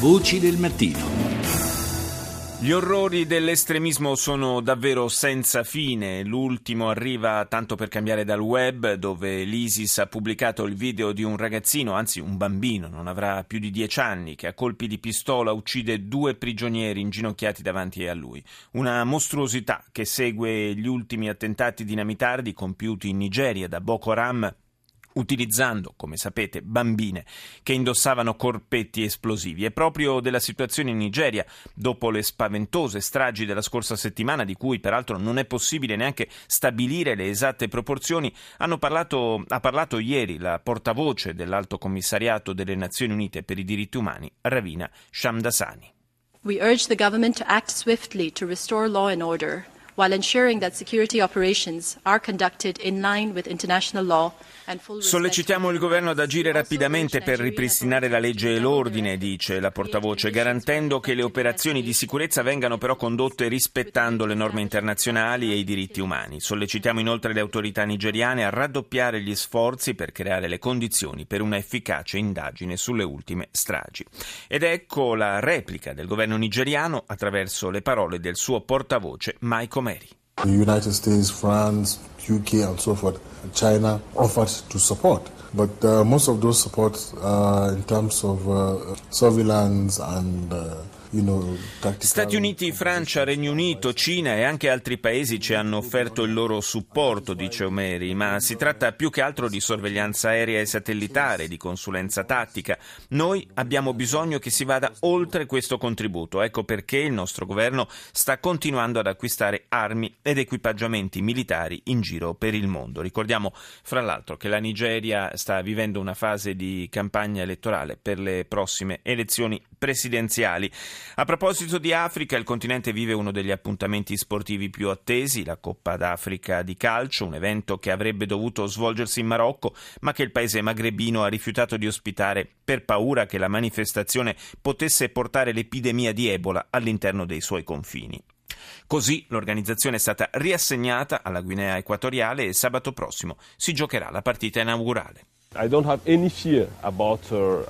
Voci del mattino. Gli orrori dell'estremismo sono davvero senza fine. L'ultimo arriva tanto per cambiare dal web, dove l'ISIS ha pubblicato il video di un ragazzino, anzi un bambino, non avrà più di 10 anni, che a colpi di pistola uccide 2 prigionieri inginocchiati davanti a lui. Una mostruosità che segue gli ultimi attentati dinamitardi compiuti in Nigeria da Boko Haram, utilizzando, come sapete, bambine che indossavano corpetti esplosivi. È proprio della situazione in Nigeria, dopo le spaventose stragi della scorsa settimana, di cui peraltro non è possibile neanche stabilire le esatte proporzioni, ha parlato ieri la portavoce dell'Alto Commissariato delle Nazioni Unite per i diritti umani, Ravina Shamdasani. We urge the government to act swiftly to restore law and order, while ensuring that security operations are conducted in line with international law and full respect. Sollecitiamo il governo ad agire rapidamente per ripristinare la legge e l'ordine, dice la portavoce, garantendo che le operazioni di sicurezza vengano però condotte rispettando le norme internazionali e i diritti umani. Sollecitiamo inoltre le autorità nigeriane a raddoppiare gli sforzi per creare le condizioni per una efficace indagine sulle ultime stragi. Ed ecco la replica del governo nigeriano attraverso le parole del suo portavoce Mike Omeri. The United States, France, UK and so forth, China offered to support. But most of those supports in terms of surveillance and Stati Uniti, Francia, Regno Unito, Cina e anche altri paesi ci hanno offerto il loro supporto, dice Omeri, ma si tratta più che altro di sorveglianza aerea e satellitare, di consulenza tattica. Noi abbiamo bisogno che si vada oltre questo contributo. Ecco perché il nostro governo sta continuando ad acquistare armi ed equipaggiamenti militari in giro per il mondo. Ricordiamo, fra l'altro, che la Nigeria sta vivendo una fase di campagna elettorale per le prossime elezioni presidenziali. A proposito di Africa, il continente vive uno degli appuntamenti sportivi più attesi, la Coppa d'Africa di calcio, un evento che avrebbe dovuto svolgersi in Marocco, ma che il paese magrebino ha rifiutato di ospitare per paura che la manifestazione potesse portare l'epidemia di Ebola all'interno dei suoi confini. Così l'organizzazione è stata riassegnata alla Guinea Equatoriale e sabato prossimo si giocherà la partita inaugurale. I don't have any fear about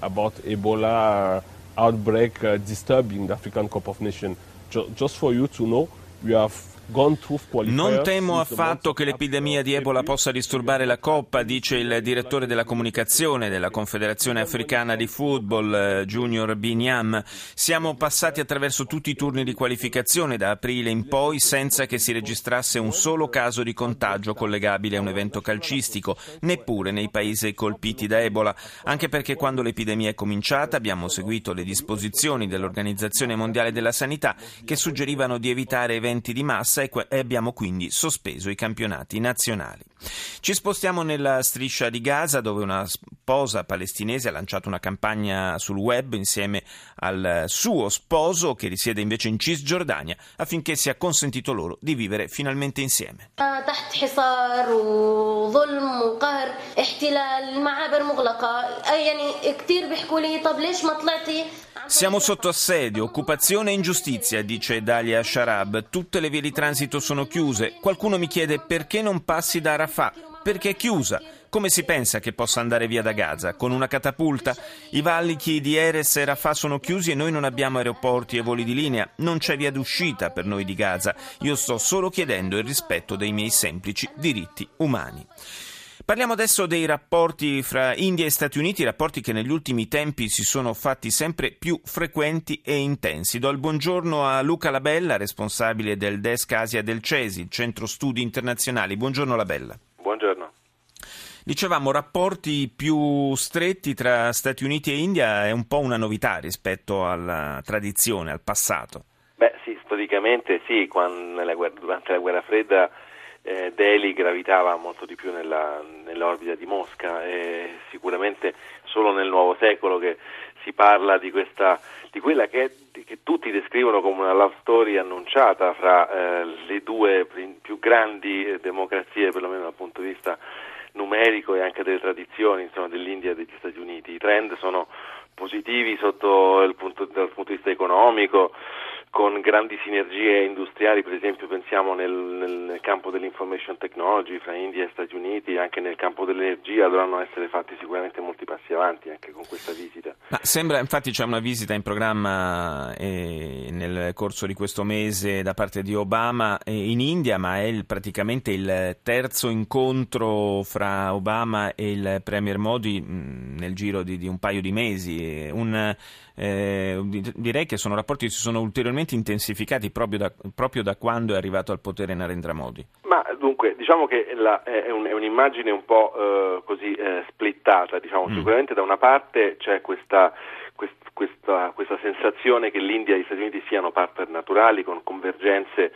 Ebola outbreak disturbing the African Cup of Nations. Just for you to know, we have gone through qualifiers. Non temo affatto che l'epidemia di Ebola possa disturbare la Coppa, dice il direttore della comunicazione della Confederazione Africana di Football, Junior Binyam. Siamo passati attraverso tutti i turni di qualificazione da aprile in poi senza che si registrasse un solo caso di contagio collegabile a un evento calcistico, neppure nei paesi colpiti da Ebola, anche perché quando l'epidemia è cominciata abbiamo seguito le disposizioni dell'Organizzazione Mondiale della Sanità che suggerivano di evitare eventi di massa e abbiamo quindi sospeso i campionati nazionali. Ci spostiamo nella striscia di Gaza, dove una sposa palestinese ha lanciato una campagna sul web insieme al suo sposo, che risiede invece in Cisgiordania, affinché sia consentito loro di vivere finalmente insieme. Siamo sotto assedio, occupazione e ingiustizia, dice Dalia Sharab. Tutte le vie di transito sono chiuse. Qualcuno mi chiede perché non passi da Rafah. Perché è chiusa. Come si pensa che possa andare via da Gaza? Con una catapulta? I valichi di Erez e Rafah sono chiusi e noi non abbiamo aeroporti e voli di linea. Non c'è via d'uscita per noi di Gaza. Io sto solo chiedendo il rispetto dei miei semplici diritti umani. Parliamo adesso dei rapporti fra India e Stati Uniti, rapporti che negli ultimi tempi si sono fatti sempre più frequenti e intensi. Do il buongiorno a Luca Labella, responsabile del Desk Asia del CESI, il Centro Studi Internazionali. Buongiorno Labella. Buongiorno. Dicevamo, rapporti più stretti tra Stati Uniti e India è un po' una novità rispetto alla tradizione, al passato. Beh sì, storicamente sì, durante la guerra fredda Delhi gravitava molto di più nell'orbita di Mosca e sicuramente solo nel nuovo secolo che si parla di quella che tutti descrivono come una love story annunciata fra le due più grandi democrazie, perlomeno dal punto di vista numerico e anche delle tradizioni, insomma, dell'India e degli Stati Uniti. I trend sono positivi dal punto di vista economico, con grandi sinergie industriali, per esempio pensiamo nel campo dell'information technology fra India e Stati Uniti, anche nel campo dell'energia dovranno essere fatti sicuramente molti passi avanti anche con questa visita. Ma sembra, infatti c'è una visita in programma nel corso di questo mese da parte di Obama in India, ma è praticamente il terzo incontro fra Obama e il Premier Modi nel giro di un paio di mesi. Direi che sono rapporti che si sono ulteriormente intensificati proprio da quando è arrivato al potere Narendra Modi. Ma dunque, diciamo che è un'immagine un po' così splittata, diciamo. Sicuramente da una parte c'è questa sensazione che l'India e gli Stati Uniti siano partner naturali con convergenze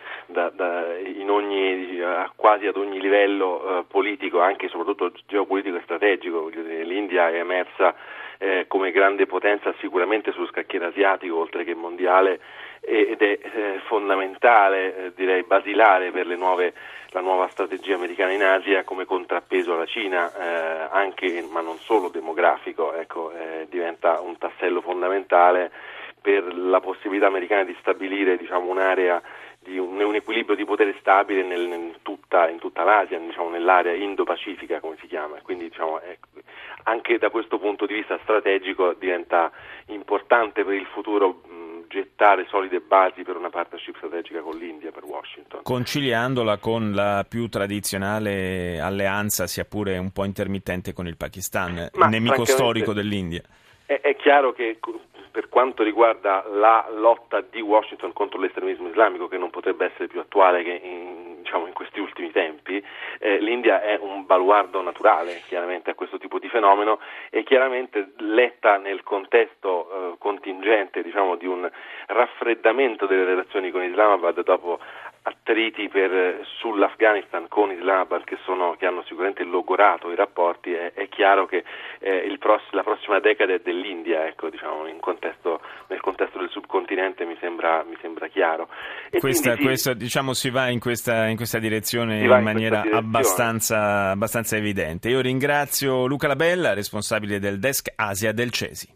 quasi ad ogni livello politico, anche e soprattutto geopolitico e strategico. L'India è emersa come grande potenza sicuramente sullo scacchiere asiatico oltre che mondiale ed è fondamentale, direi basilare per la nuova strategia americana in Asia come contrappeso alla Cina, anche ma non solo demografico, diventa un tassello fondamentale per la possibilità americana di stabilire, diciamo, un'area di un equilibrio di potere stabile in tutta l'Asia, diciamo, nell'area Indo-Pacifica come si chiama. Quindi diciamo, anche da questo punto di vista strategico diventa importante per il futuro gettare solide basi per una partnership strategica con l'India, per Washington. Conciliandola con la più tradizionale alleanza, sia pure un po' intermittente, con il Pakistan, nemico storico dell'India. È chiaro che per quanto riguarda la lotta di Washington contro l'estremismo islamico, che non potrebbe essere più attuale che in questi ultimi tempi, l'India è un baluardo naturale chiaramente a questo tipo di fenomeno e chiaramente letta nel contesto contingente, diciamo, di un raffreddamento delle relazioni con Islamabad dopo attriti sull'Afghanistan con Islamabad che hanno sicuramente logorato i rapporti. È chiaro che la prossima decade è dell'India, diciamo, nel contesto del subcontinente mi sembra chiaro. E questa diciamo si va in questa direzione in maniera abbastanza evidente. Io ringrazio Luca Labella, responsabile del desk Asia del CESI.